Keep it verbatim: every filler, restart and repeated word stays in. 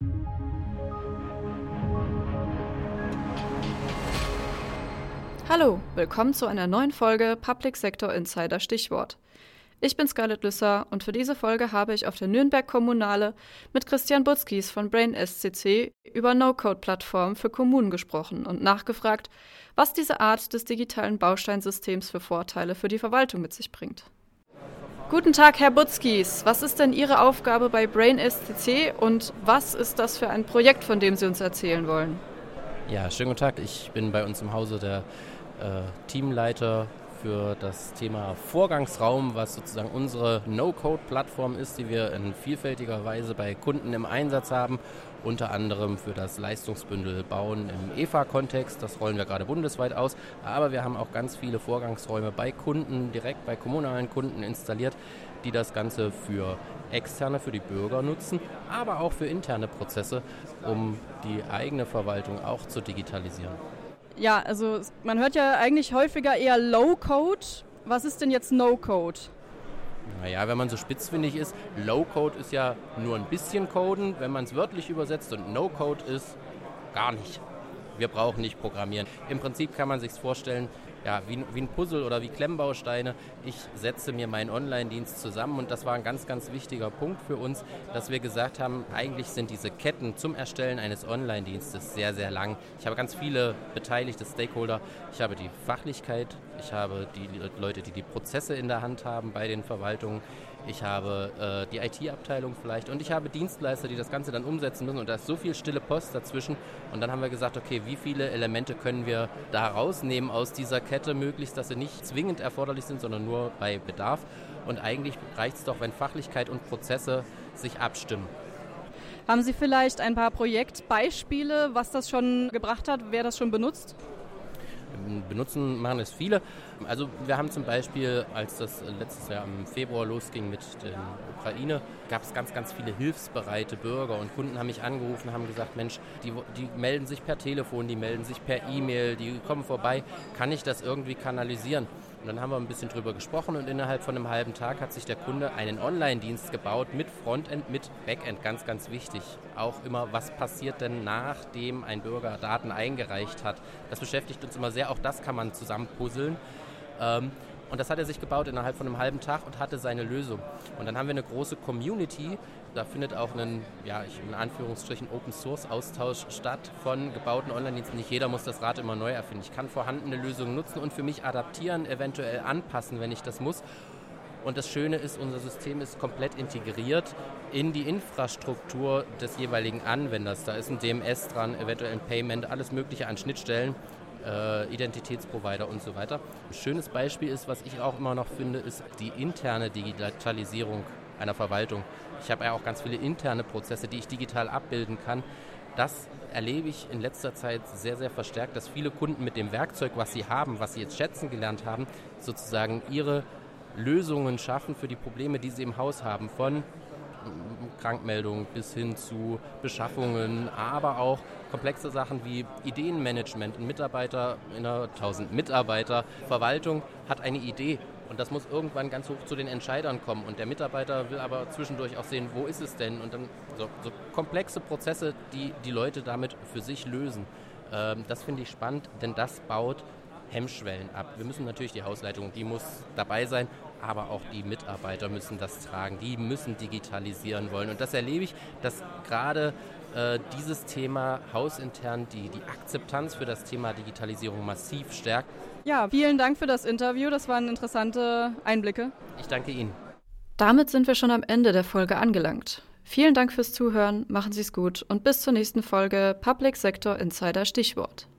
Hallo, willkommen zu einer neuen Folge Public Sector Insider Stichwort. Ich bin Scarlett Lüsser und für diese Folge habe ich auf der Nürnberg Kommunale mit Christian Butzkis von Brain S C C über No-Code-Plattformen für Kommunen gesprochen und nachgefragt, was diese Art des digitalen Bausteinsystems für Vorteile für die Verwaltung mit sich bringt. Guten Tag, Herr Butzkis. Was ist denn Ihre Aufgabe bei Brain S C C und was ist das für ein Projekt, von dem Sie uns erzählen wollen? Ja, schönen guten Tag. Ich bin bei uns im Hause der äh, Teamleiter für das Thema Vorgangsraum, was sozusagen unsere No-Code-Plattform ist, die wir in vielfältiger Weise bei Kunden im Einsatz haben, unter anderem für das Leistungsbündel Bauen im E F A-Kontext, das rollen wir gerade bundesweit aus, aber wir haben auch ganz viele Vorgangsräume bei Kunden, direkt bei kommunalen Kunden installiert, die das Ganze für Externe, für die Bürger nutzen, aber auch für interne Prozesse, um die eigene Verwaltung auch zu digitalisieren. Ja, also man hört ja eigentlich häufiger eher Low-Code. Was ist denn jetzt No-Code? Naja, wenn man so spitzfindig ist, Low-Code ist ja nur ein bisschen Coden, wenn man es wörtlich übersetzt, und No-Code ist gar nicht. Wir brauchen nicht programmieren. Im Prinzip kann man sich vorstellen, ja, wie, wie ein Puzzle oder wie Klemmbausteine. Ich setze mir meinen Online-Dienst zusammen und das war ein ganz, ganz wichtiger Punkt für uns, dass wir gesagt haben, eigentlich sind diese Ketten zum Erstellen eines Online-Dienstes sehr, sehr lang. Ich habe ganz viele beteiligte Stakeholder. Ich habe die Fachlichkeit, ich habe die Leute, die die Prozesse in der Hand haben bei den Verwaltungen. Ich habe äh, die I T-Abteilung vielleicht und ich habe Dienstleister, die das Ganze dann umsetzen müssen und da ist so viel stille Post dazwischen und dann haben wir gesagt, okay, wie viele Elemente können wir da rausnehmen aus dieser Kette möglichst, dass sie nicht zwingend erforderlich sind, sondern nur bei Bedarf und eigentlich reicht es doch, wenn Fachlichkeit und Prozesse sich abstimmen. Haben Sie vielleicht ein paar Projektbeispiele, was das schon gebracht hat, wer das schon benutzt? Benutzen machen es viele. Also wir haben zum Beispiel, als das letztes Jahr im Februar losging mit der Ukraine, gab es ganz, ganz viele hilfsbereite Bürger und Kunden haben mich angerufen, haben gesagt, Mensch, die, die melden sich per Telefon, die melden sich per E-Mail, die kommen vorbei, kann ich das irgendwie kanalisieren? Und dann haben wir ein bisschen drüber gesprochen und innerhalb von einem halben Tag hat sich der Kunde einen Online-Dienst gebaut mit Frontend, mit Backend, ganz, ganz wichtig. Auch immer, was passiert denn nachdem ein Bürger Daten eingereicht hat? Das beschäftigt uns immer sehr, auch das kann man zusammenpuzzeln. Ähm, und das hat er sich gebaut innerhalb von einem halben Tag und hatte seine Lösung. Und dann haben wir eine große Community, da findet auch ein, ja, ich, in Anführungsstrichen Open-Source-Austausch statt von gebauten Online-Diensten. Nicht jeder muss das Rad immer neu erfinden. Ich kann vorhandene Lösungen nutzen und für mich adaptieren, eventuell anpassen, wenn ich das muss. Und das Schöne ist, unser System ist komplett integriert in die Infrastruktur des jeweiligen Anwenders. Da ist ein D M S dran, eventuell ein Payment, alles Mögliche an Schnittstellen. Äh, Identitätsprovider und so weiter. Ein schönes Beispiel ist, was ich auch immer noch finde, ist die interne Digitalisierung einer Verwaltung. Ich habe ja auch ganz viele interne Prozesse, die ich digital abbilden kann. Das erlebe ich in letzter Zeit sehr, sehr verstärkt, dass viele Kunden mit dem Werkzeug, was sie haben, was sie jetzt schätzen gelernt haben, sozusagen ihre Lösungen schaffen für die Probleme, die sie im Haus haben, von Krankmeldungen bis hin zu Beschaffungen, aber auch komplexe Sachen wie Ideenmanagement. Ein Mitarbeiter in einer tausend Mitarbeiter Verwaltung hat eine Idee und das muss irgendwann ganz hoch zu den Entscheidern kommen und der Mitarbeiter will aber zwischendurch auch sehen, wo ist es denn, und dann so, so komplexe Prozesse, die die Leute damit für sich lösen. Ähm, das finde ich spannend, denn das baut Hemmschwellen ab. Wir müssen natürlich die Hausleitung, die muss dabei sein, aber auch die Mitarbeiter müssen das tragen, die müssen digitalisieren wollen. Und das erlebe ich, dass gerade äh, dieses Thema hausintern die, die Akzeptanz für das Thema Digitalisierung massiv stärkt. Ja, vielen Dank für das Interview, das waren interessante Einblicke. Ich danke Ihnen. Damit sind wir schon am Ende der Folge angelangt. Vielen Dank fürs Zuhören, machen Sie es gut und bis zur nächsten Folge Public Sector Insider Stichwort.